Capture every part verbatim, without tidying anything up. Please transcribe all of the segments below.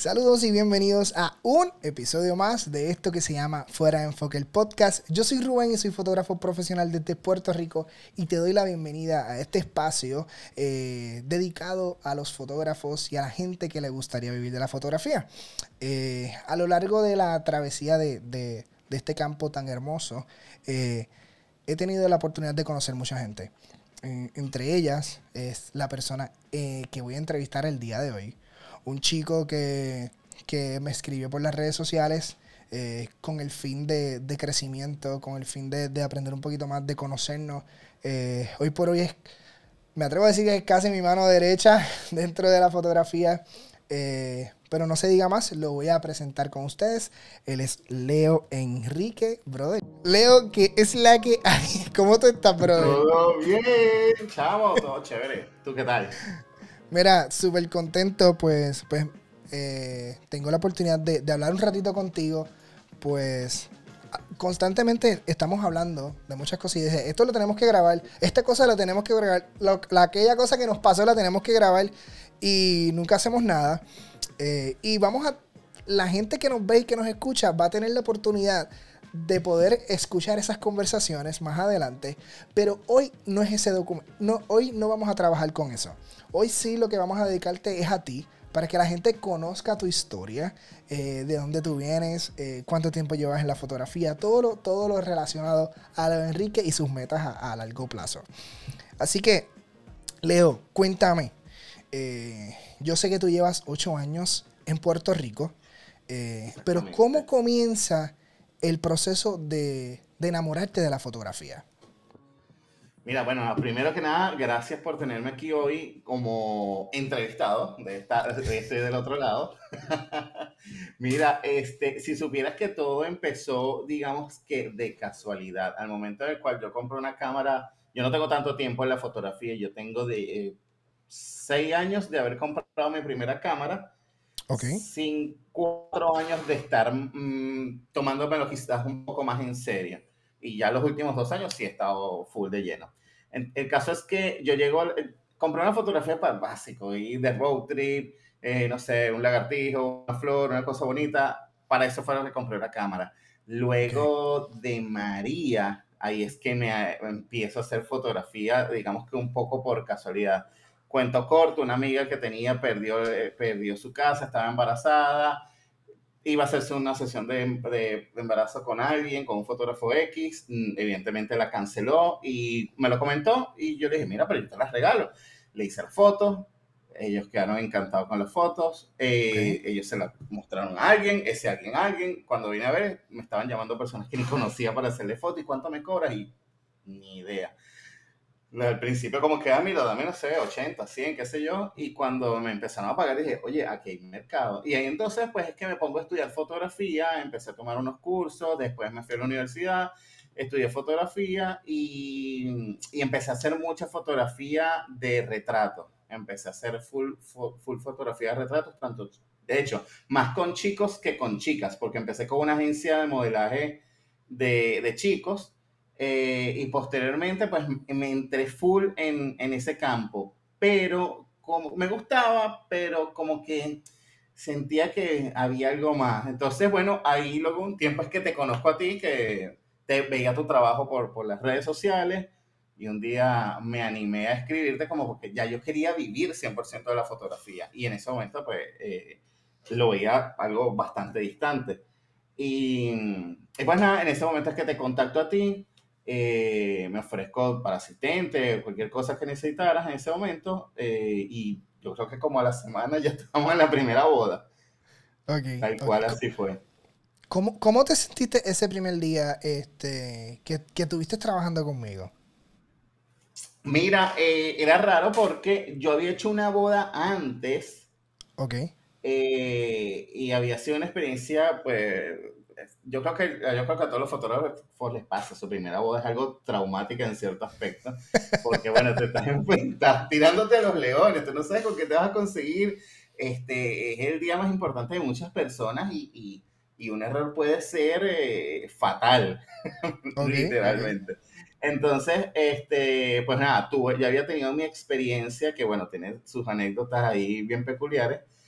Saludos y bienvenidos a un episodio más de esto que se llama Fuera de Enfoque, el podcast. Yo soy Rubén y soy fotógrafo profesional desde Puerto Rico y te doy la bienvenida a este espacio eh, dedicado a los fotógrafos y a la gente que le gustaría vivir de la fotografía. Eh, a lo largo de la travesía de, de, de este campo tan hermoso, eh, he tenido la oportunidad de conocer mucha gente. Eh, entre ellas es la persona eh, que voy a entrevistar el día de hoy. Un chico que, que me escribió por las redes sociales eh, con el fin de, de crecimiento, con el fin de, de aprender un poquito más, de conocernos. Eh, hoy por hoy es, me atrevo a decir que es casi mi mano derecha dentro de la fotografía. Eh, pero no se diga más, lo voy a presentar con ustedes. Él es Leo Enrique, brother. Leo, ¿qué es la que hay? ¿Cómo tú estás, brother? Todo bien, chavo, todo chévere. ¿Tú qué tal? Mira, súper contento, pues, pues eh, tengo la oportunidad de, de hablar un ratito contigo, pues constantemente estamos hablando de muchas cosas y dije, esto lo tenemos que grabar, esta cosa la tenemos que grabar, lo, la, aquella cosa que nos pasó la tenemos que grabar y nunca hacemos nada. Eh, y vamos a, la gente que nos ve y que nos escucha va a tener la oportunidad de poder escuchar esas conversaciones más adelante, pero hoy no es ese documento, no, hoy no vamos a trabajar con eso. Hoy sí lo que vamos a dedicarte es a ti, para que la gente conozca tu historia, eh, de dónde tú vienes, eh, cuánto tiempo llevas en la fotografía, todo lo, todo lo relacionado a Leo Enrique y sus metas a, a largo plazo. Así que, Leo, cuéntame. Eh, yo sé que tú llevas ocho años en Puerto Rico, eh, pero ¿cómo comienza el proceso de, de enamorarte de la fotografía? Mira, bueno, primero que nada, gracias por tenerme aquí hoy como entrevistado, de estar de este del otro lado. Mira, este, si supieras que todo empezó, digamos que de casualidad, al momento en el cual yo compré una cámara, yo no tengo tanto tiempo en la fotografía, yo tengo de eh, seis años de haber comprado mi primera cámara, Ok. sin cuatro años de estar mmm, tomándomelo quizás un poco más en serio. Y ya los últimos dos años sí he estado full de lleno. En, el caso es que yo llego, eh, compré una fotografía para básico y de road trip, eh, no sé, un lagartijo, una flor, una cosa bonita. Para eso fue lo que compré una cámara. Okay. Luego de María, ahí es que me empiezo a hacer fotografía, digamos que un poco por casualidad. Cuento corto, una amiga que tenía perdió, eh, perdió su casa, estaba embarazada, iba a hacerse una sesión de, de, de embarazo con alguien, con un fotógrafo X, evidentemente la canceló y me lo comentó y yo le dije, mira, pero yo te las regalo. Le hice las fotos, ellos quedaron encantados con las fotos, eh, Okay. ellos se las mostraron a alguien, ese alguien a alguien, cuando vine a ver me estaban llamando personas que ni conocía para hacerle fotos y cuánto me cobras y ni idea. Al principio como que, ah, mira, dame, no sé, ochenta, cien, qué sé yo, y cuando me empezaron a pagar dije, oye, aquí hay mercado. Y ahí entonces, pues es que me pongo a estudiar fotografía, empecé a tomar unos cursos, después me fui a la universidad, estudié fotografía y, y empecé a hacer mucha fotografía de retrato. Empecé a hacer full, full, full fotografía de retratos, tanto, de hecho, más con chicos que con chicas, porque empecé con una agencia de modelaje de, de chicos. Eh, y posteriormente, pues me entré full en, en ese campo, pero como me gustaba, pero como que sentía que había algo más. Entonces, bueno, ahí luego un tiempo es que te conozco a ti, que te veía tu trabajo por, por las redes sociales y un día me animé a escribirte como porque ya yo quería vivir cien por ciento de la fotografía y en ese momento pues eh, lo veía algo bastante distante. Y, y pues nada, en ese momento es que te contacto a ti, eh, me ofrezco para asistente, cualquier cosa que necesitaras en ese momento, eh, y yo creo que como a la semana ya estamos en la primera boda, Okay. tal cual Okay. así fue. ¿Cómo, cómo te sentiste ese primer día este, que, que estuviste trabajando conmigo? Mira, eh, era raro porque yo había hecho una boda antes, Ok. eh, y había sido una experiencia, pues, yo creo que, yo creo que a todos los fotógrafos les pasa, su primera boda es algo traumática en cierto aspecto, porque bueno, te estás, estás tirándote a los leones, tú no sabes con qué te vas a conseguir, este, es el día más importante de muchas personas y, y, y un error puede ser eh, fatal, Ok. Ok. literalmente. Entonces, este, pues nada, tuve, ya había tenido mi experiencia, que bueno, tiene sus anécdotas ahí bien peculiares,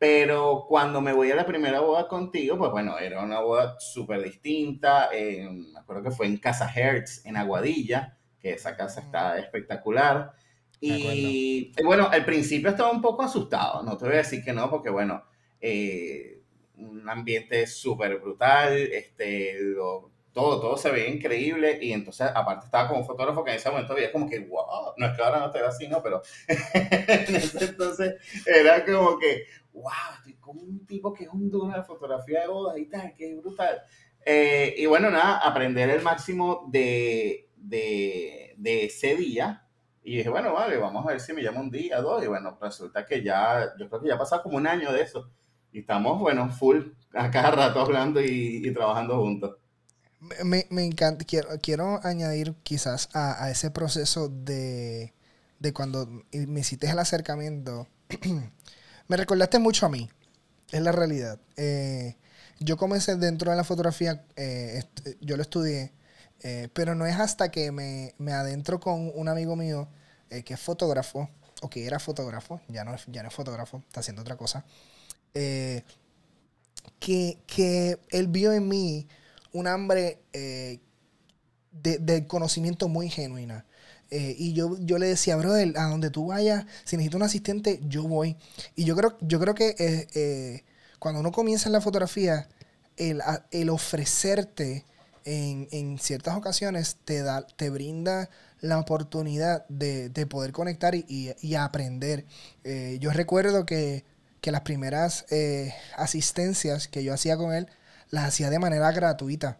Pero cuando me voy a la primera boda contigo, pues bueno, era una boda súper distinta. Eh, me acuerdo que fue en Casa Hertz, en Aguadilla, que esa casa Mm, está espectacular. me acuerdo. Y eh, bueno, al principio estaba un poco asustado, no te voy a decir que no, porque bueno, eh, un ambiente súper brutal, este, lo- todo, todo se veía increíble. Y entonces, aparte, estaba como un fotógrafo que en ese momento veía como que, wow, no es que ahora no te veo así, ¿no? Pero en ese entonces era como que wow, estoy con un tipo que es un duro de la fotografía de bodas y tal, que brutal. Eh, y bueno, nada, aprender el máximo de, de, de ese día. Y dije, bueno, vale, vamos a ver si me llama un día, dos. Y bueno, resulta que ya, yo creo que ya ha pasado como un año de eso. Y estamos, bueno, full, a cada rato hablando y, y trabajando juntos. Me, me- me encanta, quiero, quiero añadir quizás a, a ese proceso de, de cuando me hiciste el acercamiento. Me recordaste mucho a mí, es la realidad. Eh, yo comencé dentro de la fotografía, eh, est- yo lo estudié, eh, pero no es hasta que me, me adentro con un amigo mío eh, que es fotógrafo, o que era fotógrafo, ya no, es- ya no es fotógrafo, está haciendo otra cosa, eh, que, que él vio en mí un hambre eh, de, de conocimiento muy genuina. Eh, y yo, yo le decía, brother, a donde tú vayas, si necesito un asistente, yo voy. Y yo creo, yo creo que eh, eh, cuando uno comienza en la fotografía, el, a- el ofrecerte en, en ciertas ocasiones te da, te brinda la oportunidad de, de poder conectar y, y- y aprender. Eh, yo recuerdo que, que las primeras eh, asistencias que yo hacía con él, las hacía de manera gratuita.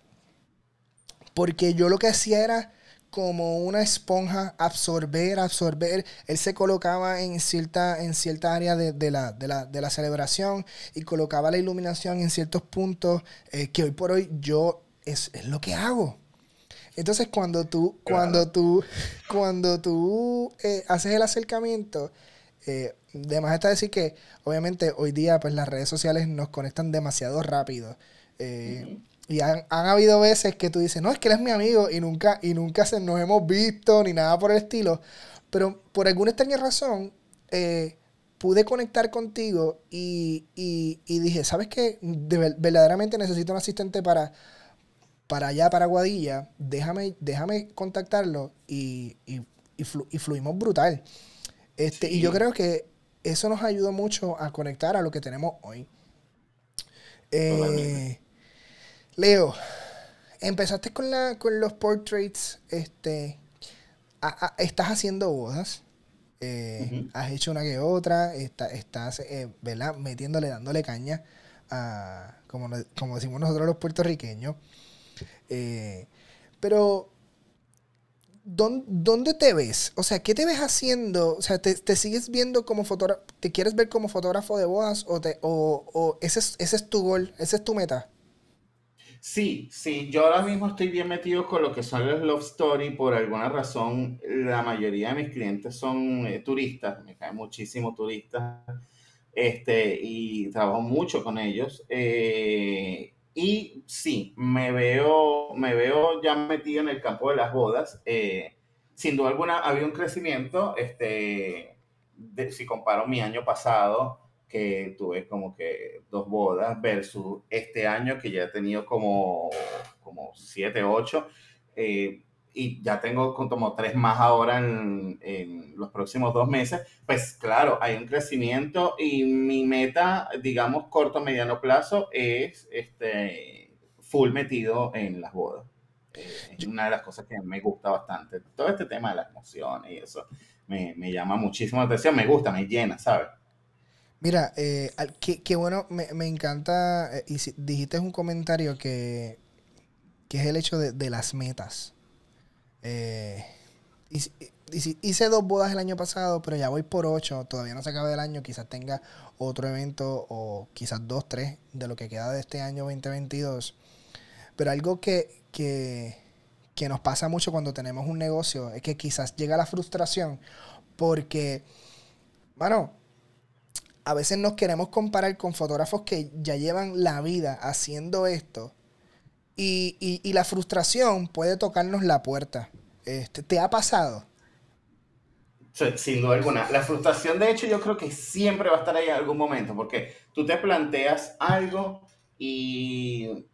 Porque yo lo que hacía era como una esponja, absorber, absorber. Él se colocaba en cierta, en cierta área de, de la, de, la, de la celebración y colocaba la iluminación en ciertos puntos eh, que hoy por hoy yo es, es lo que hago. Entonces cuando tú, Claro. cuando tú, cuando tú eh, haces el acercamiento, eh, de más está decir que obviamente hoy día pues las redes sociales nos conectan demasiado rápido. Eh, Ujú. y han, han habido veces que tú dices, no, es que él es mi amigo y nunca, y nunca se, nos hemos visto ni nada por el estilo. Pero por alguna extraña razón, eh, pude conectar contigo y, y, y dije, ¿sabes qué? De ver- verdaderamente necesito un asistente para, para allá, para Guadilla. Déjame, déjame contactarlo y, y, y, flu- y fluimos brutal. Este, y yo Sí, creo que eso nos ayudó mucho a conectar a lo que tenemos hoy. totalmente. Eh, Leo, empezaste con, la, con los portraits, este, a- a- estás haciendo bodas, eh, Ujú. has hecho una que otra, está- estás, eh, ¿verdad? Metiéndole, dándole caña, a, como, no- como decimos nosotros los puertorriqueños. Eh, pero, ¿dón- ¿dónde te ves? O sea, ¿qué te ves haciendo? O sea, ¿te, te sigues viendo como fotógrafo? ¿Te quieres ver como fotógrafo de bodas? ¿O, te, o, o ese, es, ese es tu gol? ¿Esa es tu meta? Sí, sí, yo ahora mismo estoy bien metido con lo que son los Love Story. Por alguna razón, la mayoría de mis clientes son eh, turistas, me caen muchísimos turistas, este, y trabajo mucho con ellos. Eh, y sí, me veo, me veo ya metido en el campo de las bodas. Eh, sin duda alguna, había un crecimiento, este, de- si comparo mi año pasado, que tuve como que dos bodas, versus este año que ya he tenido como, como siete, ocho. eh, y ya tengo como tres más ahora en, en los próximos dos meses. Pues claro, hay un crecimiento y mi meta, digamos, corto, mediano plazo es este, full metido en las bodas. Eh, es Yo- una de las cosas que me gusta bastante. Todo este tema de las emociones y eso me, me llama muchísimo la atención, me gusta, me llena, ¿sabes? Mira, eh, al- qué, qué bueno, me, me encanta, eh, y si- dijiste un comentario que, que es el hecho de, de las metas. Eh, hice, hice- hice dos bodas el año pasado, pero ya voy por ocho, todavía no se acaba el año, quizás tenga otro evento o quizás dos, tres de lo que queda de este año dos mil veintidós. Pero algo que, que, que nos pasa mucho cuando tenemos un negocio es que quizás llega la frustración porque, bueno, a veces nos queremos comparar con fotógrafos que ya llevan la vida haciendo esto y, y- y la frustración puede tocarnos la puerta. Este, ¿te ha pasado? Sí, sin duda alguna. La frustración, de hecho, yo creo que siempre va a estar ahí en algún momento, porque tú te planteas algo y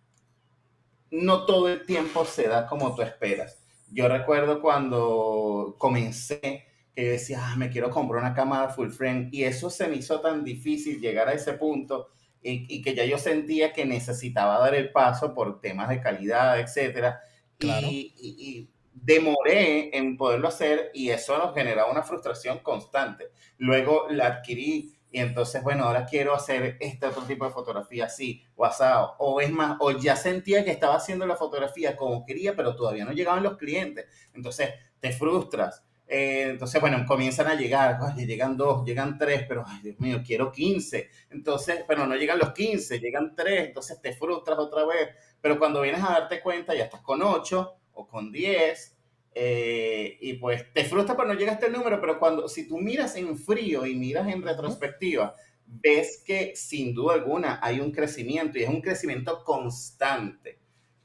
no todo el tiempo se da como tú esperas. Yo recuerdo cuando comencé que yo decía, ah, me quiero comprar una cámara full frame y eso se me hizo tan difícil llegar a ese punto y, y que ya yo sentía que necesitaba dar el paso por temas de calidad, etcétera. Claro. Y, y, y demoré en poderlo hacer y eso nos generaba una frustración constante. Luego la adquirí y entonces, bueno, ahora quiero hacer este otro tipo de fotografía así, o asado, o es más, o ya sentía que estaba haciendo la fotografía como quería, pero todavía no llegaban los clientes. Entonces, te frustras. Eh, entonces, bueno, comienzan a llegar, ay, llegan dos, llegan tres, pero, ay, Dios mío, quiero quince. Entonces, pero no llegan los quince, llegan tres, entonces te frustras otra vez. Pero cuando vienes a darte cuenta, ya estás con ocho o con diez. Eh, y pues te frustra cuando no llegaste al número, pero cuando, si tú miras en frío y miras en Ujú. retrospectiva, ves que sin duda alguna hay un crecimiento y es un crecimiento constante.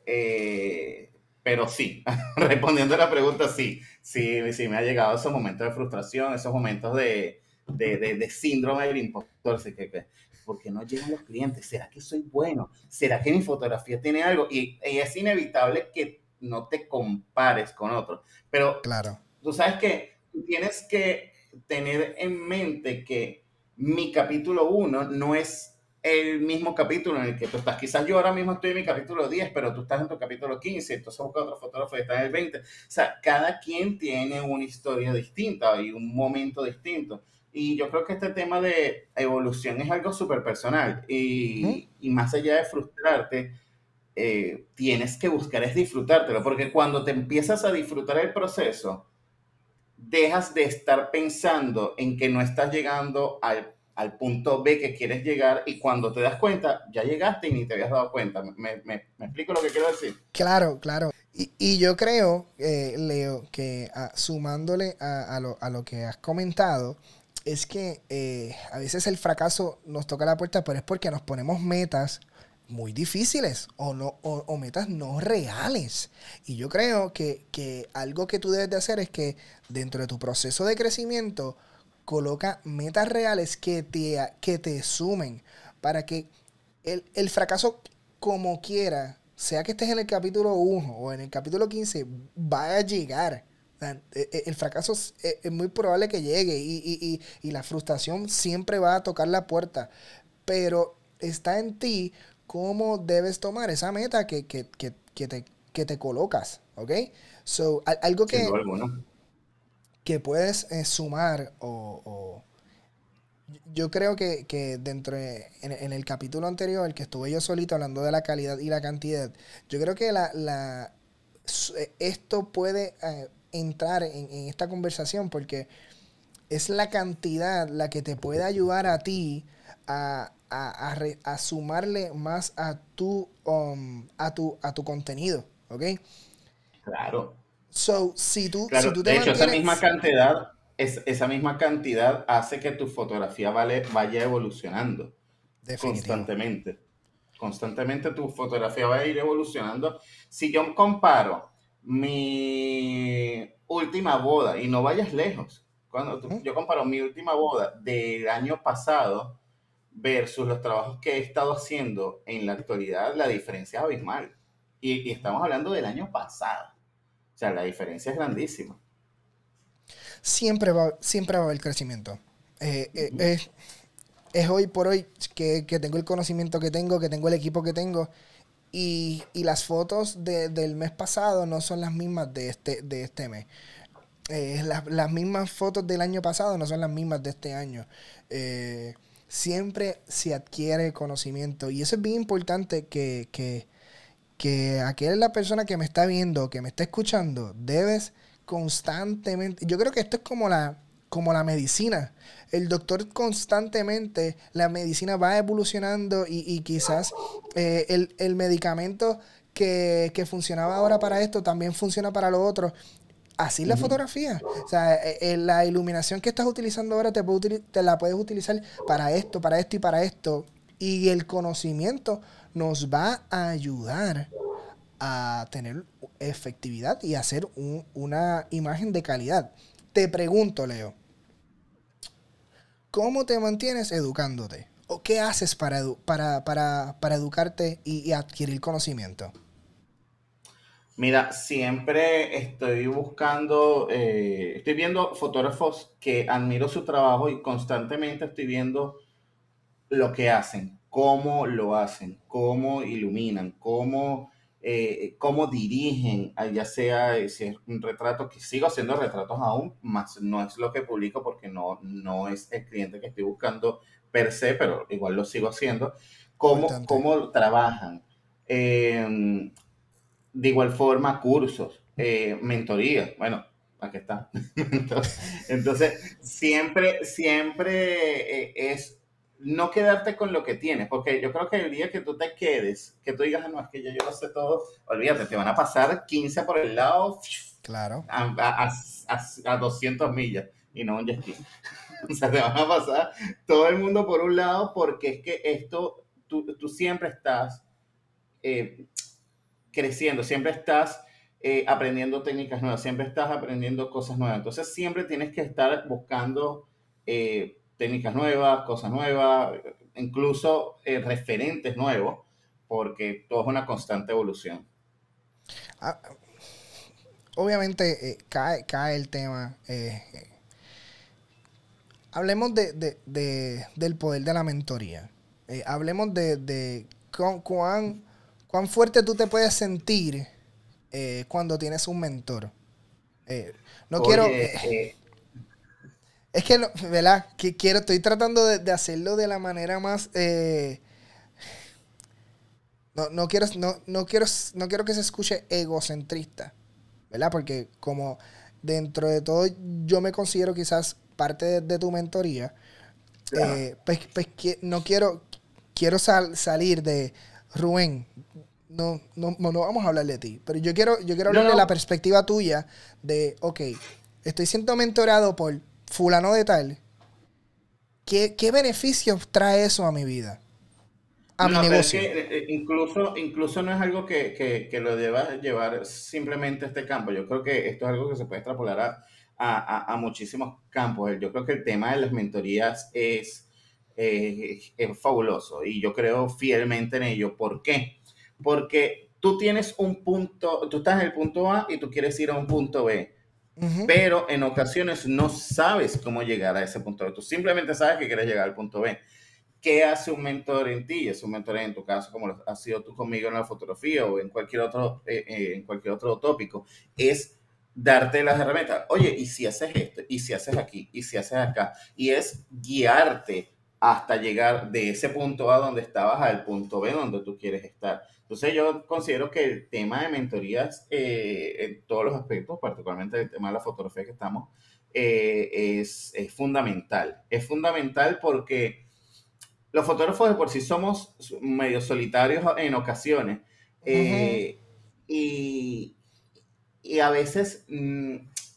Eh, pero sí, respondiendo a la pregunta, sí, sí, sí me ha llegado esos momentos de frustración, esos momentos de, de, de, de síndrome del impostor. Así que, que, ¿por qué no llegan los clientes? ¿Será que soy bueno? ¿Será que mi fotografía tiene algo? Y, y es inevitable que no te compares con otros. Pero Claro. tú sabes que tú tienes que tener en mente que mi capítulo uno no es el mismo capítulo en el que tú estás. Quizás yo ahora mismo estoy en mi capítulo diez, pero tú estás en tu capítulo quince, entonces busca otro fotógrafo y está en el veinte. O sea, cada quien tiene una historia distinta y un momento distinto. Y yo creo que este tema de evolución es algo súper personal. Ujú. Y, y más allá de frustrarte, eh, tienes que buscar es disfrutártelo, porque cuando te empiezas a disfrutar el proceso, dejas de estar pensando en que no estás llegando al, al punto B que quieres llegar y cuando te das cuenta, ya llegaste y ni te habías dado cuenta. ¿Me, me, me explico lo que quiero decir? Claro, claro. Y, y yo creo, eh, Leo, que ah, sumándole a, a lo, a lo que has comentado, es que eh, a veces el fracaso nos toca la puerta, pero es porque nos ponemos metas muy difíciles o, no, o, o metas no reales. Y yo creo que, que algo que tú debes de hacer es que dentro de tu proceso de crecimiento, coloca metas reales que te, que te sumen para que el, el fracaso como quiera, sea que estés en el capítulo uno o en el capítulo quince va a llegar. O sea, e- e- el fracaso es, e- es muy probable que llegue y, y- y- y la frustración siempre va a tocar la puerta. Pero está en ti cómo debes tomar esa meta que, que- que- que te, que te colocas. ¿Ok? So, al- algo Sin duda que, alguna. que puedes eh, sumar o, o yo creo que, que dentro de, en, en el capítulo anterior, el que estuve yo solito hablando de la calidad y la cantidad, yo creo que la, la s- eh, esto puede eh, entrar en, en esta conversación porque es la cantidad la que te puede ayudar a ti a, a, a re- a sumarle más a tu, um, a tu, a tu contenido, ¿ok? Claro. So, si tú, si Claro, tú te de hecho, esa misma mantienes, cantidad, es, esa misma cantidad hace que tu fotografía vale, vaya evolucionando definitivo. constantemente. Constantemente tu fotografía va a ir evolucionando. Si yo comparo mi última boda, y no vayas lejos, cuando tú- Ujú. yo comparo mi última boda del año pasado versus los trabajos que he estado haciendo en la actualidad, la diferencia es abismal. Y, y estamos hablando del año pasado. O sea, la diferencia es grandísima. Siempre va, siempre va a haber crecimiento. Eh, eh, Ujú. es, es hoy por hoy que, que tengo el conocimiento que tengo, que tengo el equipo que tengo. Y, y las fotos de- del mes pasado no son las mismas de este, de este mes. Eh, las, las mismas fotos del año pasado no son las mismas de este año. Eh, siempre se adquiere conocimiento. Y eso es bien importante que, que, que aquella persona que me está viendo, que me está escuchando, debes constantemente, yo creo que esto es como la, como la medicina. El doctor constantemente, la medicina va evolucionando y, y quizás eh, el, el medicamento que, que funcionaba ahora para esto también funciona para lo otro. Así es la Ujú. fotografía. O sea, eh, eh, la iluminación que estás utilizando ahora te, puede utili- te la puedes utilizar para esto, para esto y para esto. Y el conocimiento nos va a ayudar a tener efectividad y hacer un- una imagen de calidad. Te pregunto, Leo, ¿cómo te mantienes educándote? ¿O qué haces para, edu para, para, para educarte y, y adquirir conocimiento? Mira, siempre estoy buscando, eh, estoy viendo fotógrafos que admiro su trabajo y constantemente estoy viendo lo que hacen, cómo lo hacen, cómo iluminan, cómo, eh, cómo dirigen, ah, ya sea eh, si es un retrato, que sigo haciendo retratos aún, más no es lo que publico porque no, no es el cliente que estoy buscando per se, pero igual lo sigo haciendo, cómo, Importante. cómo trabajan. Eh, de igual forma, cursos, eh, mentoría, bueno, aquí está. Entonces, siempre, siempre eh, es no quedarte con lo que tienes, porque yo creo que el día que tú te quedes, que tú digas, "Ah, no, es que ya yo lo sé todo", olvídate, te van a pasar quince por el lado Claro. a, a, a, a doscientas millas y no un jet ski. O sea, te van a pasar todo el mundo por un lado porque es que esto, tú, tú siempre estás eh, creciendo, siempre estás eh, aprendiendo técnicas nuevas, siempre estás aprendiendo cosas nuevas. Entonces siempre tienes que estar buscando eh, técnicas nuevas, cosas nuevas, incluso eh, referentes nuevos, porque todo es una constante evolución. Ah, obviamente eh, cae, cae el tema. Eh, eh, hablemos de, de, de, del poder de la mentoría. Eh, hablemos de, de cu cuán, cuán fuerte tú te puedes sentir eh, cuando tienes un mentor. Eh, no quiero... Oye, Eh, eh, es que, no, ¿verdad? Que quiero, estoy tratando de, de hacerlo de la manera más... Eh, no, no, quiero, no, no, quiero, no quiero que se escuche egocentrista, ¿verdad? Porque como dentro de todo yo me considero quizás parte de, de tu mentoría, claro. eh, pues, pues que no quiero, quiero sal, salir de Rubén. No, no, no vamos a hablar de ti, pero yo quiero, yo quiero No, hablar de la no, perspectiva tuya de, ok, estoy siendo mentorado por fulano de tal. ¿Qué, qué beneficios trae eso a mi vida? A mi no, pero es que negocio. eh, eh, incluso, incluso no es algo que, que, que lo deba llevar simplemente a este campo. Yo creo que esto es algo que se puede extrapolar a, a, a- a muchísimos campos. Yo creo que el tema de las mentorías es, eh, es fabuloso y yo creo fielmente en ello. ¿Por qué? Porque tú tienes un punto, tú estás en el punto A y tú quieres ir a un punto B, Ujú. pero en ocasiones no sabes cómo llegar a ese punto B. Tú simplemente sabes que quieres llegar al punto B. ¿Qué hace un mentor en ti? Es un mentor en tu caso, como lo has sido tú conmigo en la fotografía o en cualquier otro, eh, eh, en cualquier otro tópico. Es darte las herramientas. Oye, ¿y si haces esto? ¿Y si haces aquí? ¿Y si haces acá? Y es guiarte hasta llegar de ese punto A donde estabas al punto B donde tú quieres estar. Entonces yo considero que el tema de mentorías eh, en todos los aspectos, particularmente el tema de la fotografía que estamos, eh, es, es fundamental. Es fundamental porque los fotógrafos de por sí somos medio solitarios en ocasiones. Ujú. eh, y, y a veces, mm,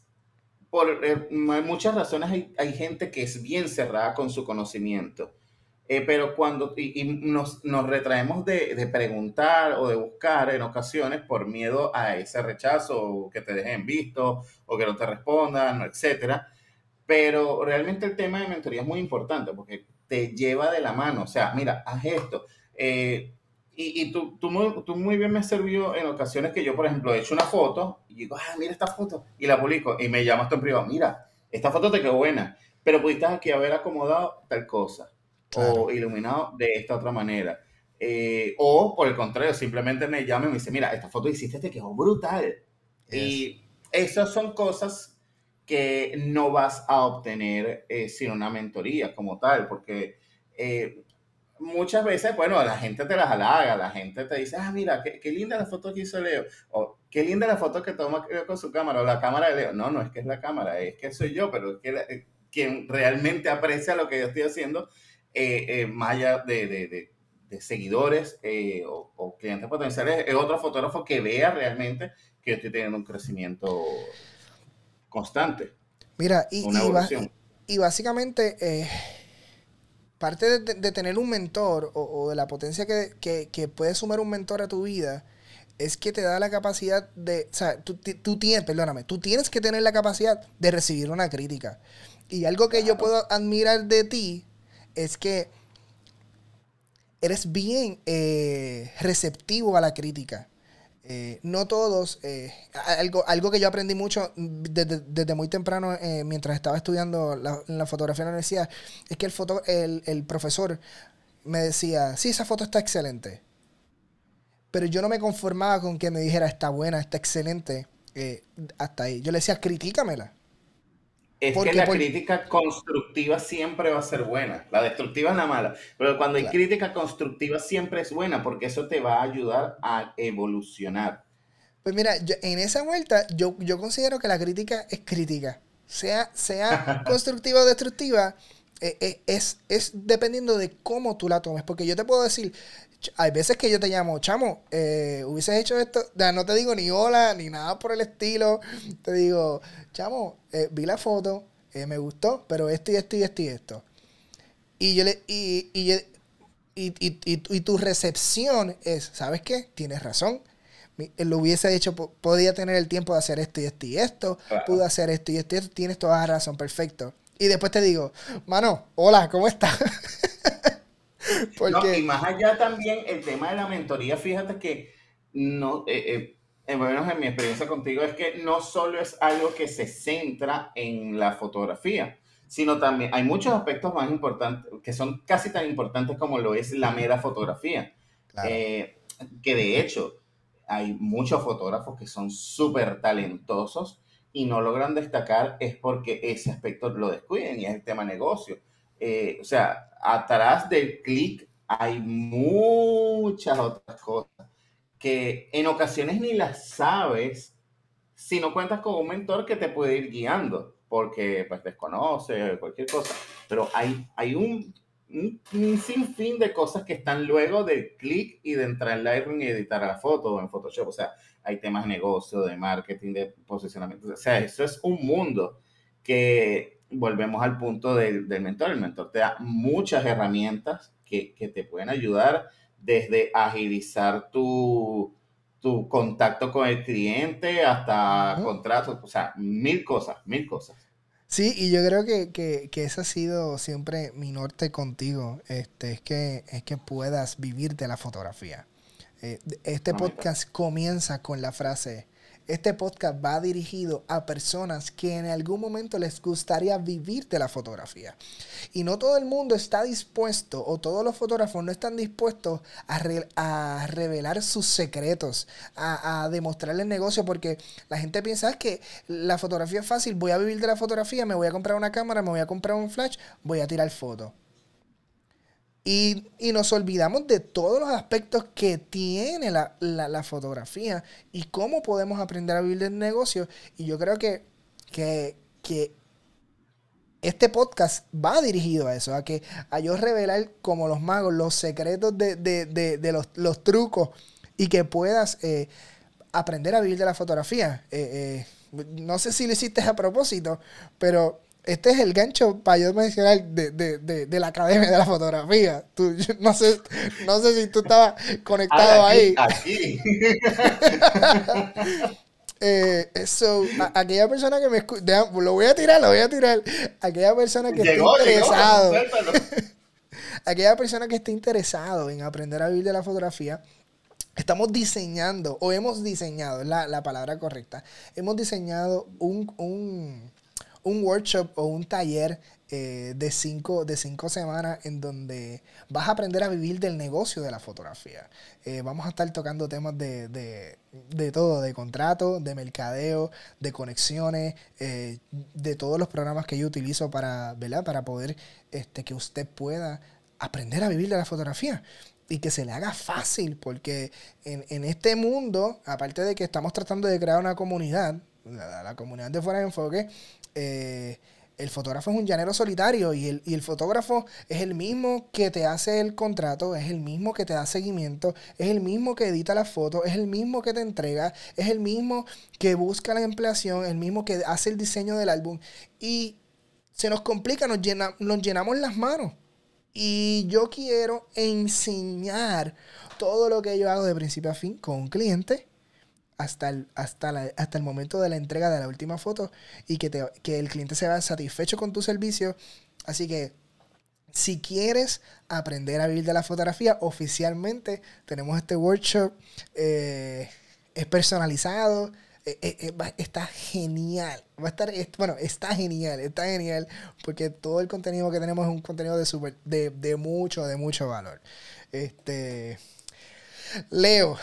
por eh, muchas razones, hay, hay gente que es bien cerrada con su conocimiento. Eh, pero cuando y, y nos, nos retraemos de, de preguntar o de buscar en ocasiones por miedo a ese rechazo, o que te dejen visto, o que no te respondan, etcétera. Pero realmente el tema de mentoría es muy importante porque te lleva de la mano. O sea, mira, haz esto. Eh, y y tú, tú, muy, tú muy bien me has servido en ocasiones que yo, por ejemplo, he hecho una foto y digo, ah, mira esta foto, y la publico y me llamas tú en privado, mira, esta foto te quedó buena, pero pudiste aquí haber acomodado tal cosa Claro. o iluminado de esta otra manera. Eh, o por el contrario, simplemente me llama y me dice, mira, esta foto que hiciste te quedó brutal. Yes. Y esas son cosas que no vas a obtener eh, sin una mentoría como tal, porque eh, muchas veces, bueno, la gente te las halaga, la gente te dice, ah, mira, qué, qué linda la foto que hizo Leo, o qué linda la foto que toma con su cámara, o la cámara de Leo. No, no es que es la cámara, es que soy yo, pero es que la, eh, quien realmente aprecia lo que yo estoy haciendo, eh, eh, más allá de, de, de, de seguidores eh, o, o, clientes potenciales, es otro fotógrafo que vea realmente que yo estoy teniendo un crecimiento constante, Mira, y, una y, ba- y- evolución. y básicamente, eh, parte de, de- de tener un mentor o, o de la potencia que, que- que puede sumar un mentor a tu vida es que te da la capacidad de, o sea, tú, ti- tú tienes, perdóname, tú tienes que tener la capacidad de recibir una crítica. Y algo que yo Claro. puedo admirar de ti es que eres bien eh, receptivo a la crítica. Eh, no todos, eh, algo, algo que yo aprendí mucho desde, desde muy temprano eh, mientras estaba estudiando la, la fotografía en la universidad, es que el, foto, el, el profesor me decía, sí, esa foto está excelente, pero yo no me conformaba con que me dijera, está buena, está excelente, eh, hasta ahí. Yo le decía, critícamela. Es que Porque, la por... crítica constructiva siempre va a ser buena. La destructiva es la mala. Pero cuando hay Claro. crítica constructiva siempre es buena porque eso te va a ayudar a evolucionar. Pues mira, yo- en esa vuelta yo, yo considero que la crítica es crítica. Sea, sea constructiva o destructiva, eh, eh, es, es dependiendo de cómo tú la tomes. Porque yo te puedo decir, ch- hay veces que yo te llamo, chamo, eh, hubieses hecho esto, ya no te digo ni hola, ni nada por el estilo. Te digo, chamo, eh, vi la foto, eh, me gustó, pero esto y esto y esto y esto. Y yo le, y, y, yo- y, y, y, y tu recepción es, ¿sabes qué? Tienes razón. Mi- Lo hubiese hecho, po- podía tener el tiempo de hacer esto y esto y esto, pude Claro. hacer esto y esto y esto, tienes toda la razón, perfecto. Y después te digo, mano, hola, ¿cómo estás? No, y Porque, más allá también el tema de la mentoría, fíjate que no, eh, eh, en, menos en mi experiencia contigo, es que no solo es algo que se centra en la fotografía, sino también hay muchos aspectos más importantes, que son casi tan importantes como lo es la mera fotografía. claro. Eh, que de hecho, hay muchos fotógrafos que son súper talentosos y no logran destacar es porque ese aspecto lo descuiden y es el tema negocio. Eh, o sea, atrás del clic hay muchas otras cosas que en ocasiones ni las sabes si no cuentas con un mentor que te puede ir guiando, porque pues desconoce cualquier cosa, pero hay, hay un, un, un sinfín de cosas que están luego del clic y de entrar en Lightroom y editar la foto o en Photoshop, o sea, hay temas de negocio, de marketing, de posicionamiento, o sea, eso es un mundo que volvemos al punto del, del mentor, el mentor te da muchas herramientas que, que te pueden ayudar desde agilizar tu, tu contacto con el cliente hasta Ujú. contratos, o sea, mil cosas, mil cosas. Sí, y yo creo que, que, que ese ha sido siempre mi norte contigo, este, es que, es que puedas vivir de la fotografía. Eh, este Una meta. podcast comienza con la frase, este podcast va dirigido a personas que en algún momento les gustaría vivir de la fotografía. Y no todo el mundo está dispuesto, o todos los fotógrafos no están dispuestos a, re- a revelar sus secretos, a, a demostrarle el negocio, porque la gente piensa "Ah, que la fotografía es fácil, voy a vivir de la fotografía, me voy a comprar una cámara, me voy a comprar un flash, voy a tirar fotos. Y, y nos olvidamos de todos los aspectos que tiene la, la- la fotografía y cómo podemos aprender a vivir del negocio. Y yo creo que, que, que este podcast va dirigido a eso, a que a yo revelar como los magos los secretos de, de- de- de los, los trucos y que puedas eh, aprender a vivir de la fotografía. Eh, eh, no sé si lo hiciste a propósito, pero este es el gancho para yo mencionar de, de- de- de la Academia de la Fotografía. Tú, yo no sé, no sé si tú estabas Ah, conectado aquí, ahí. aquí. Eh, eso, a- aquella persona que me escucha, lo voy a tirar, lo voy a tirar. Aquella persona que esté Llegó, llegó, interesado, suéltalo. aquella persona que esté interesado en aprender a vivir de la fotografía, estamos diseñando, o hemos diseñado, es la, la palabra correcta, hemos diseñado un, un, un workshop o un taller eh, de, cinco, de cinco semanas en donde vas a aprender a vivir del negocio de la fotografía. Eh, vamos a estar tocando temas de, de, de todo, de contrato, de mercadeo, de conexiones, eh, de todos los programas que yo utilizo para, ¿verdad? Para poder este, que usted pueda aprender a vivir de la fotografía y que se le haga fácil, porque en, en este mundo, aparte de que estamos tratando de crear una comunidad, la, la comunidad de Fuera de Enfoque, eh, el fotógrafo es un llanero solitario y el, y el fotógrafo es el mismo que te hace el contrato, es el mismo que te da seguimiento, es el mismo que edita las fotos, es el mismo que te entrega, es el mismo que busca la empleación, el mismo que hace el diseño del álbum y se nos complica, nos, llena, nos llenamos las manos. Y yo quiero enseñar todo lo que yo hago de principio a fin con un cliente hasta el, hasta la- hasta el momento de la entrega de la última foto y que, te- que el cliente se vea satisfecho con tu servicio. Así que si quieres aprender a vivir de la fotografía, oficialmente tenemos este workshop. eh, es personalizado. eh, eh, eh, va- está genial. Va a estar, es- bueno, está genial, está genial. Porque todo el contenido que tenemos es un contenido de, super, de, de mucho, de mucho valor. Este, Leo.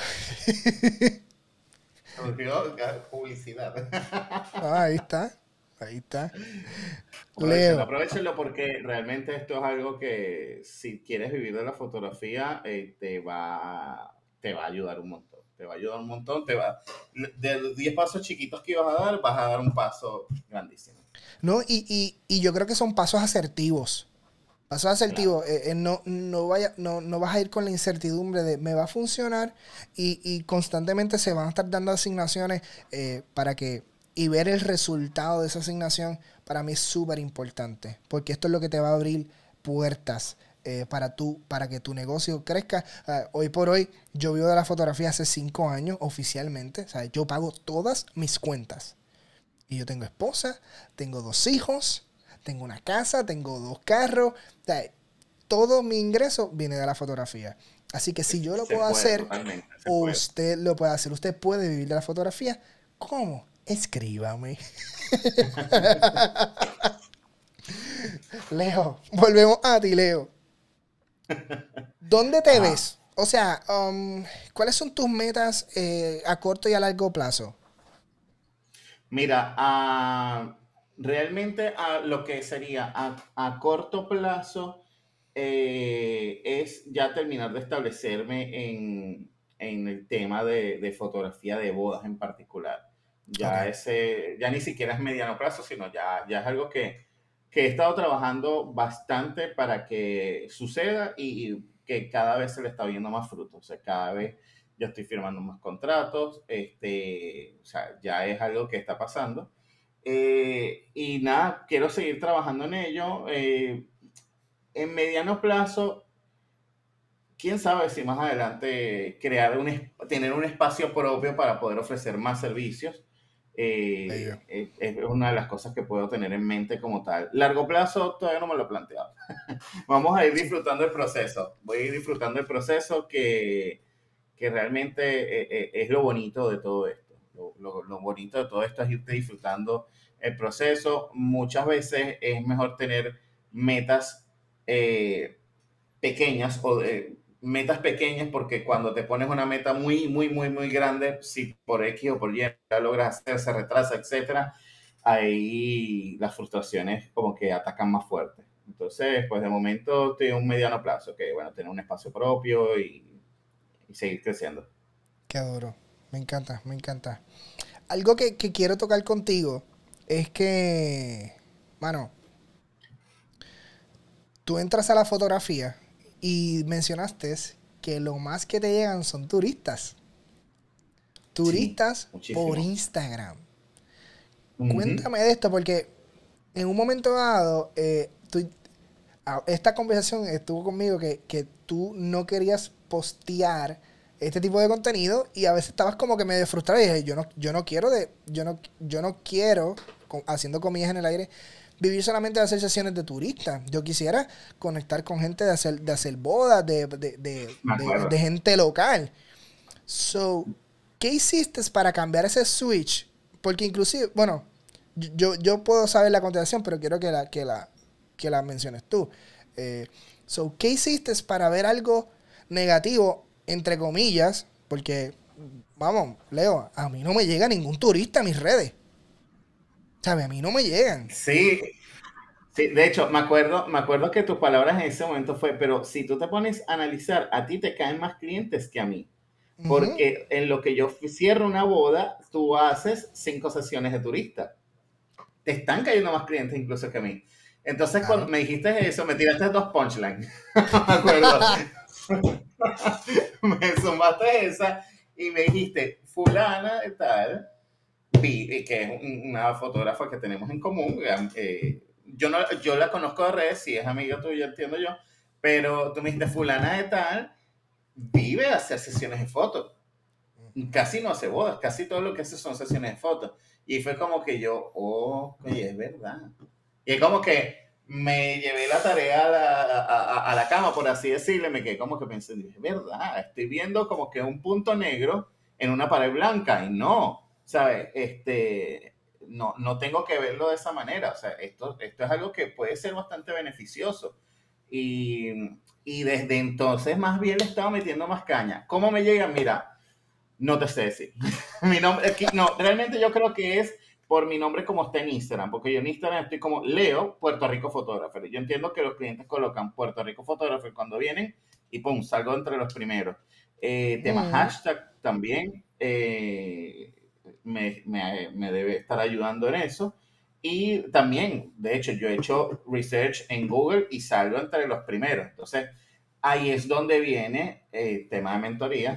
Surgió ga- publicidad. Ah, ahí está. Ahí está. Aprovechenlo, Leo. aprovechenlo porque realmente esto es algo que si quieres vivir de la fotografía eh, te va, te va a ayudar un montón. Te va a ayudar un montón. Te va, de los diez pasos chiquitos que ibas a dar, vas a dar un paso grandísimo. No, y, y, y yo creo que son pasos asertivos. Pasos Claro. asertivos. Eh, eh, no, no, vaya, no, no vas a ir con la incertidumbre de me va a funcionar y, y constantemente se van a estar dando asignaciones eh, para que y ver el resultado de esa asignación para mí es súper importante porque esto es lo que te va a abrir puertas eh, para, tu, para que tu negocio crezca. Uh, hoy por hoy yo vivo de la fotografía hace cinco años oficialmente. O sea, yo pago todas mis cuentas. Y yo tengo esposa, tengo dos hijos, tengo una casa, tengo dos carros. O sea, todo mi ingreso viene de la fotografía. Así que si yo lo Se puedo puede, hacer, totalmente, se puede. usted lo puede hacer. Usted puede vivir de la fotografía. ¿Cómo? Escríbame. Leo, volvemos a ti, Leo. ¿Dónde te Ajá. ves? O sea, um, ¿cuáles son tus metas eh, a corto y a largo plazo? Mira, a- realmente a lo que sería a, a corto plazo eh, es ya terminar de establecerme en, en el tema de, de fotografía de bodas en particular. Ok, Ya ese, ya ni siquiera es mediano plazo, sino ya, ya es algo que, que he estado trabajando bastante para que suceda y, y que cada vez se le está viendo más fruto. O sea, cada vez yo estoy firmando más contratos, este, o sea, ya es algo que está pasando. Eh, y nada, quiero seguir trabajando en ello. Eh, en mediano plazo, quién sabe si más adelante crear un, tener un espacio propio para poder ofrecer más servicios. bello. Eh, es, es una de las cosas que puedo tener en mente como tal. Largo plazo todavía no me lo he planteado. Vamos a ir Sí, disfrutando el proceso. Voy a ir disfrutando el proceso que, que realmente eh, eh, es lo bonito de todo esto. Lo, lo, lo, bonito de todo esto es irte disfrutando el proceso. Muchas veces es mejor tener metas eh, pequeñas o eh, metas pequeñas porque cuando te pones una meta muy, muy, muy, muy grande, si por X o por Y la logras hacer, se retrasa, etcétera, ahí las frustraciones como que atacan más fuerte. Entonces, pues de momento estoy en un mediano plazo, que bueno, tener un espacio propio y, y seguir creciendo. qué duro. Me encanta, me encanta. Algo que, que quiero tocar contigo es que, mano, tú entras a la fotografía y mencionaste que lo más que te llegan son turistas. Sí, Turistas por muchísimo. Instagram. Uh -huh. Cuéntame de esto porque en un momento dado, eh, tú, esta conversación estuvo conmigo que, que tú no querías postear este tipo de contenido y a veces estabas como que medio frustrado y dije, yo no, yo no quiero de, yo no, yo no quiero, con, haciendo comillas en el aire, vivir solamente de hacer sesiones de turistas. Yo quisiera conectar con gente de hacer, de hacer bodas, de, de, de, Me de, acuerdo. de gente local. So, ¿qué hiciste para cambiar ese switch? Porque inclusive, bueno, yo, yo puedo saber la contestación, pero quiero que la, que la, que la menciones tú. Eh, so, ¿qué hiciste para ver algo negativo, entre comillas? Porque, vamos, Leo, a mí no me llega ningún turista a mis redes. ¿Sabes? A mí no me llegan. Sí, sí, de hecho, me acuerdo, me acuerdo que tus palabras en ese momento fue, pero si tú te pones a analizar, a ti te caen más clientes que a mí. Ujú. Porque en lo que yo cierro una boda, tú haces cinco sesiones de turista. Te están cayendo más clientes incluso que a mí. Entonces, cuando Claro. me dijiste eso, me tiraste dos punchlines. Me acuerdo. Me sumaste esa y me dijiste, fulana y tal, vi, que es una fotógrafa que tenemos en común. Eh, yo, no, yo la conozco de redes, si es amiga tuya, entiendo yo, Pero tú me dijiste, fulana de tal vive a hacer sesiones de fotos. Casi no hace bodas, casi todo lo que hace son sesiones de fotos. Y fue como que yo, oh, oye, es verdad. Y es como que me llevé la tarea a la, a, a la cama, por así decirle, me quedé como que pensé, es verdad, estoy viendo como que un punto negro en una pared blanca, y no, ¿sabes? Este, no, no tengo que verlo de esa manera, o sea, esto, esto es algo que puede ser bastante beneficioso. Y, y desde entonces más bien le estaba metiendo más caña. ¿Cómo me llega? Mira, no te sé decir. Mi nombre, aquí, no, realmente yo creo que es por mi nombre como está en Instagram, porque yo en Instagram estoy como Leo Puerto Rico Photographer. Yo entiendo que los clientes colocan Puerto Rico Photographer cuando vienen y pum, salgo entre los primeros. Eh, tema Mm. hashtag también eh, me, me, me debe estar ayudando en eso. Y también, de hecho, yo he hecho research en Google y salgo entre los primeros. Entonces, ahí es donde viene el tema de mentoría.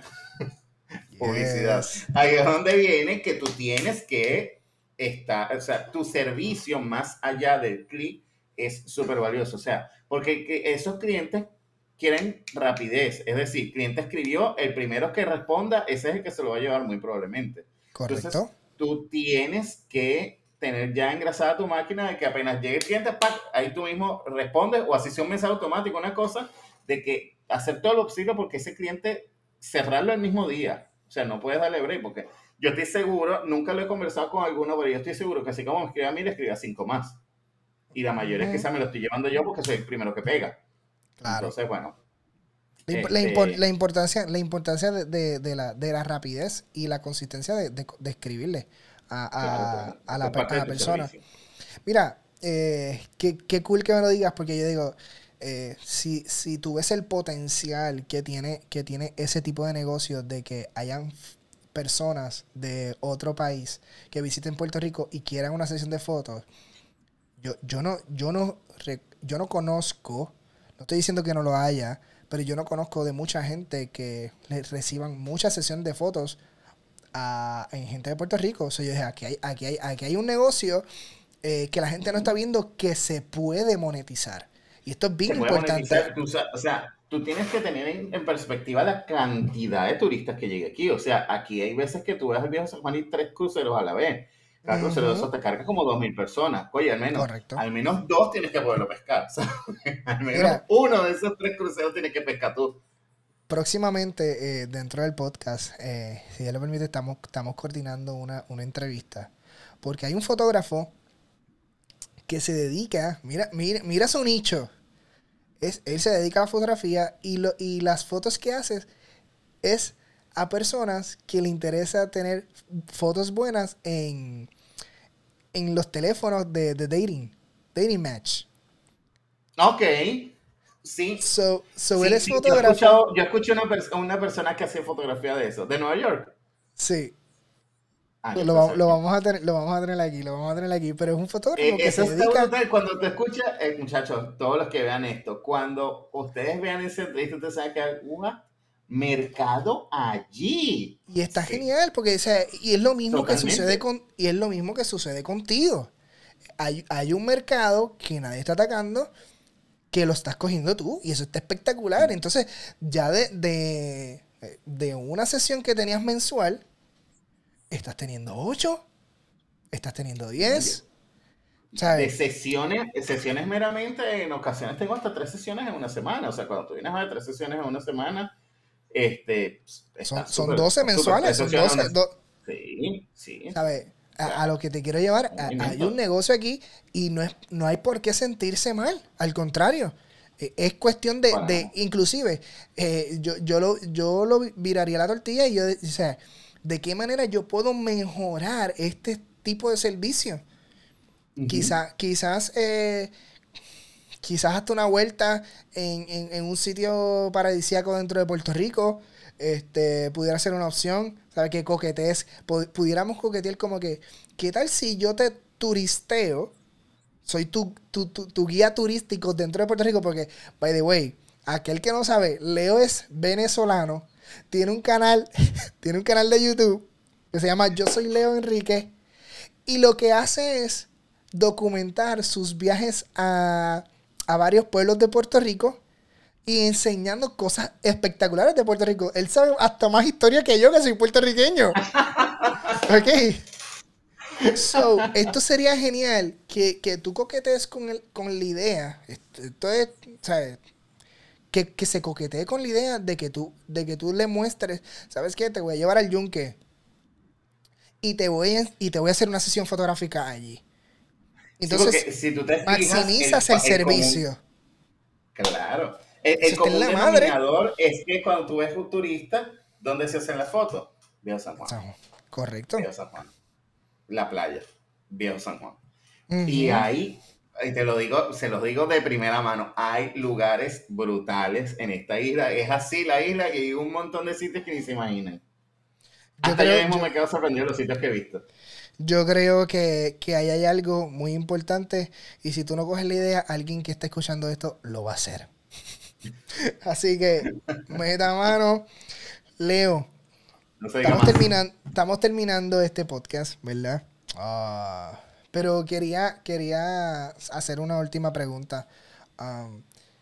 Publicidad. Yes. Ahí es donde viene que tú tienes que estar, o sea, tu servicio más allá del clic es súper valioso. O sea, porque que esos clientes quieren rapidez. Es decir, cliente escribió, el primero que responda, ese es el que se lo va a llevar muy probablemente. Correcto. Entonces, tú tienes que tener ya engrasada tu máquina de que apenas llegue el cliente, ¡pac! Ahí tú mismo respondes, o así sea un mensaje automático, una cosa, de que hacer todo lo posible porque ese cliente cerrarlo el mismo día. O sea, no puedes darle break porque yo estoy seguro, nunca lo he conversado con alguno, pero yo estoy seguro que así como me escribe a mí, le escribe a cinco más. Y la mayoría Ujú. quizás me lo estoy llevando yo porque soy el primero que pega. Claro. Entonces, bueno, La, imp- la impor- la este, importancia, la importancia de, de- de la, de la rapidez y la consistencia de, de- de escribirle claro, a, a- claro, a eso la, es per- parte a de la tu persona. servicio. Mira, eh, qué, qué cool que me lo digas, porque yo digo, eh, si, si tú ves el potencial que tiene, que tiene ese tipo de negocio de que hayan f- personas de otro país que visiten Puerto Rico y quieran una sesión de fotos, yo, yo no, yo no, re- yo no conozco, no estoy diciendo que no lo haya, pero yo no conozco de mucha gente que le reciban muchas sesiones de fotos a, en gente de Puerto Rico. O sea, yo dije, aquí hay, aquí hay, aquí hay un negocio eh, que la gente no está Uh-huh. viendo que se puede monetizar. Y esto es bien Se puede importante. monetizar, tú, o sea, tú tienes que tener en, en, perspectiva la cantidad de turistas que llega aquí. O sea, aquí hay veces que tú ves el viejo San Juan y tres cruceros a la vez. Cada crucero de Ujú, esos te carga como dos mil personas. Oye, al menos, correcto. al menos dos tienes que poderlo pescar. ¿Sabes? Al menos Mira, uno de esos tres cruceros tienes que pescar tú. próximamente eh, dentro del podcast, eh, si Dios lo permite, estamos, estamos coordinando una, una entrevista. Porque hay un fotógrafo que se dedica, mira, mira, mira su nicho. Es, él se dedica a la fotografía y, lo, y las fotos que hace es a personas que le interesa tener fotos buenas en, en los teléfonos de, de dating, dating match. Ok, sí, So, so él sí, es sí. Yo he fotógrafo. escuchado, yo escuché una, pers una persona que hace fotografía de eso. ¿De Nueva York? Sí. Ah, So, yo lo, puedo va- saber lo quién. vamos a tener, lo vamos a tener aquí, lo vamos a tener aquí. Pero es un Eh, fotógrafo que se eso está dedica. brutal. Cuando te escuchas, eh, muchachos, todos los que vean esto, cuando ustedes vean ese entrevista, ustedes saben que hay un mercado allí. Y está Sí, genial, porque o sea, y es lo mismo que sucede totalmente. con, y es lo mismo que sucede contigo. Hay, hay un mercado que nadie está atacando, que lo estás cogiendo tú, y eso está espectacular. Entonces, ya de, de, de una sesión que tenías mensual, estás teniendo ocho, estás teniendo No, yo- diez, de ¿sabes? sesiones, sesiones meramente, en ocasiones tengo hasta tres sesiones en una semana. O sea, cuando tú vienes a ver tres sesiones en una semana, este, pues, está Son, son súper, doce está súper. mensuales, Tres son sesiones en doce una. do- Sí, sí. ¿sabes? O A, a sea, lo que te quiero llevar, un a- hay un movimiento. negocio aquí y no, es, no hay por qué sentirse mal, al contrario. Eh, Es cuestión de, Para de nada. inclusive, eh, yo, yo, lo, yo lo viraría la tortilla y yo, de- o sea, ¿de qué manera yo puedo mejorar este tipo de servicio? Ujú. Quizá, quizás, eh, quizás hasta una vuelta en, en- en un sitio paradisíaco dentro de Puerto Rico, este, pudiera ser una opción, ¿sabes? Que coquetees, pu- pudiéramos coquetear como que, ¿qué tal si yo te turisteo? Soy tu, tu, tu, tu guía turístico dentro de Puerto Rico porque, by the way, aquel que no sabe, Leo es venezolano, tiene un canal, tiene un canal de YouTube que se llama Yo Soy Leo Enrique y lo que hace es documentar sus viajes a, a varios pueblos de Puerto Rico y enseñando cosas espectaculares de Puerto Rico. Él sabe hasta más historia que yo, que soy puertorriqueño. Ok. So, esto sería genial que, que tú coquetees con, el, con la idea. Esto, esto es, ¿sabes? Que, que se coquetee con la idea de que tú, de que tú le muestres, ¿sabes qué? Te voy a llevar al yunque y te voy a, y te voy a hacer una sesión fotográfica allí. Entonces, sí, porque si tú te fijas, maximizas el, el el común, servicio. claro, el, Eso el está en común la madre. denominador es que cuando tú ves un turista, ¿dónde se hacen las fotos? Viejo San Juan. Correcto. Viejo San Juan. La playa. Viejo San Juan. Uh-huh. Y ahí, y te lo digo, se los digo de primera mano, hay lugares brutales en esta isla. Es así la isla y hay un montón de sitios que ni se imaginan. Yo Hasta creo, yo mismo yo, me quedo sorprendido de los sitios que he visto. yo creo que, que ahí hay algo muy importante y si tú no coges la idea, alguien que está escuchando esto lo va a hacer. Así que, meta mano. Leo, No se diga estamos, más. terminan, estamos terminando este podcast, ¿verdad? Ah, pero quería, quería hacer una última pregunta. Um,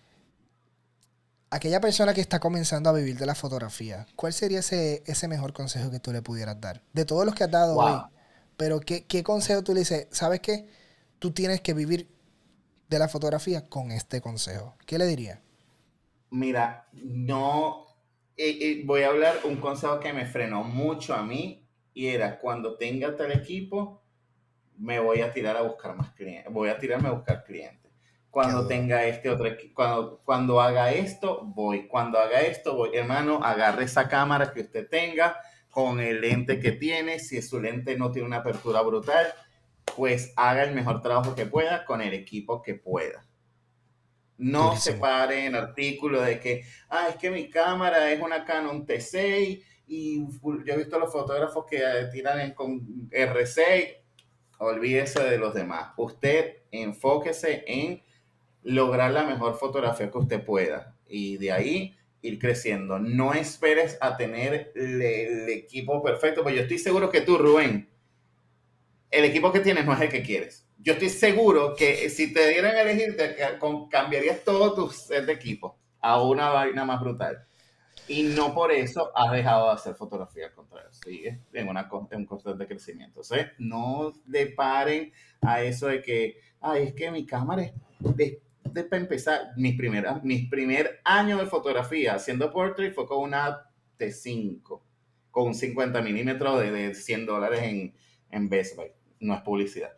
aquella persona que está comenzando a vivir de la fotografía, ¿cuál sería ese, ese mejor consejo que tú le pudieras dar? De todos los que has dado Wow. hoy, pero ¿qué, qué consejo tú le dices? ¿Sabes qué? Tú tienes que vivir de la fotografía con este consejo. ¿Qué le dirías? Mira, no, eh, eh, voy a hablar un consejo que me frenó mucho a mí y era cuando tenga tal equipo, me voy a tirar a buscar más clientes, voy a tirarme a buscar clientes. Cuando tenga este otro equipo, cuando, cuando haga esto, voy. Cuando haga esto, voy. Hermano, agarre esa cámara que usted tenga con el lente que tiene. Si su lente no tiene una apertura brutal, pues haga el mejor trabajo que pueda con el equipo que pueda. No Durísimo. se pare en artículos de que, ah, es que mi cámara es una Canon T seis y yo he visto los fotógrafos que tiran con R seis. Olvídese de los demás. Usted enfóquese en lograr la mejor fotografía que usted pueda y de ahí ir creciendo. No esperes a tener el, el equipo perfecto, pues yo estoy seguro que tú, Rubén, el equipo que tienes no es el que quieres. Yo estoy seguro que si te dieran a elegir, te cambiarías todo tu set de equipo a una vaina más brutal. Y no por eso has dejado de hacer fotografía, al contrario, sigues en, una, en un constante crecimiento. O sea, no le paren a eso de que, ay, es que mi cámara es de, de, para empezar, mis primeras, mis primer año de fotografía haciendo portrait fue con una T cinco, con un cincuenta milímetros de, de cien dólares en, en Best Buy. No es publicidad.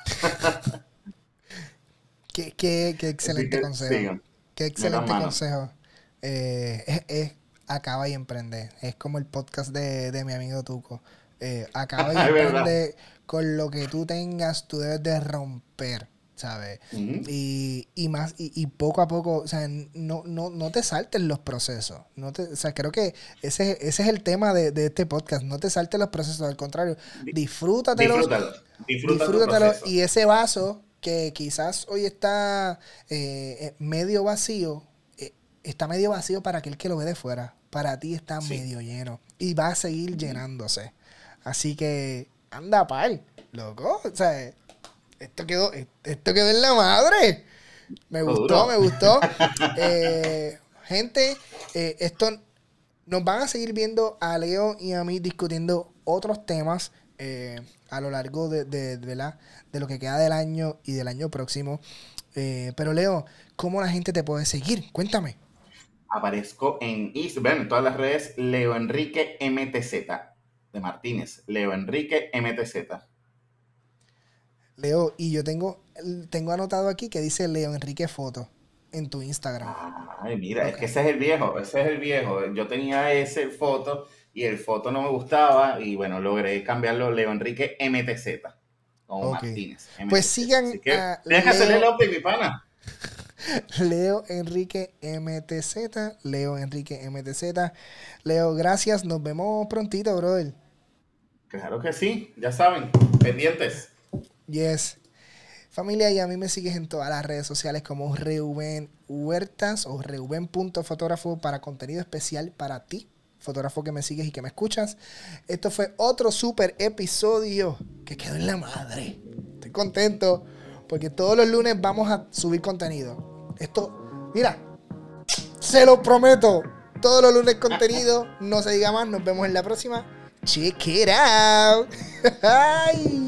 Qué, qué, qué excelente que, consejo. Sigan. Qué excelente consejo. Eh, es, es acaba y emprende. Es como el podcast de, de mi amigo Tuco. Eh, acaba y emprende con lo que tú tengas, tú debes de romper, ¿sabes? Uh-huh. Y, y más, y, y poco a poco, o sea, no, no, no te saltes los procesos. No te, o sea, creo que ese, ese es el tema de, de este podcast. No te saltes los procesos, al contrario, disfrútatelos. Disfrútalo. Disfruta disfrútatelo. Y ese vaso que quizás hoy está eh, medio vacío, eh, está medio vacío para aquel que lo ve de fuera. Para ti está sí. medio lleno. Y va a seguir llenándose. Así que, anda, pal, loco. O sea, esto quedó, esto quedó en la madre. Me gustó, Duro. me gustó. eh, gente, eh, esto nos van a seguir viendo a Leo y a mí discutiendo otros temas eh, a lo largo de, de, de, la, de lo que queda del año y del año próximo. Eh, pero Leo, ¿cómo la gente te puede seguir? Cuéntame. Aparezco en Instagram, en todas las redes, Leo Enrique M T Z de Martínez. Leo Enrique M T Z. Leo, y yo tengo, tengo anotado aquí que dice Leo Enrique Foto en tu Instagram. Ay, mira, okay. Es que ese es el viejo, ese es el viejo. Yo tenía ese foto y el foto no me gustaba y bueno, logré cambiarlo Leo Enrique M T Z. Como okay. Martínez. M T Z. Pues sigan Así que, a tienes que hacerle el update, mi pana. Leo Enrique M T Z, Leo Enrique M T Z. Leo, gracias, nos vemos prontito, brother. Claro que sí, ya saben, pendientes. Yes. Familia, y a mí me sigues en todas las redes sociales como Reuben Huertas o Reuben.fotógrafo para contenido especial para ti, fotógrafo que me sigues y que me escuchas. Esto fue otro super episodio que quedó en la madre. Estoy contento porque todos los lunes vamos a subir contenido. Esto, mira, Se lo prometo. Todos los lunes contenido. No se diga más. Nos vemos en la próxima. Check it out. Ay.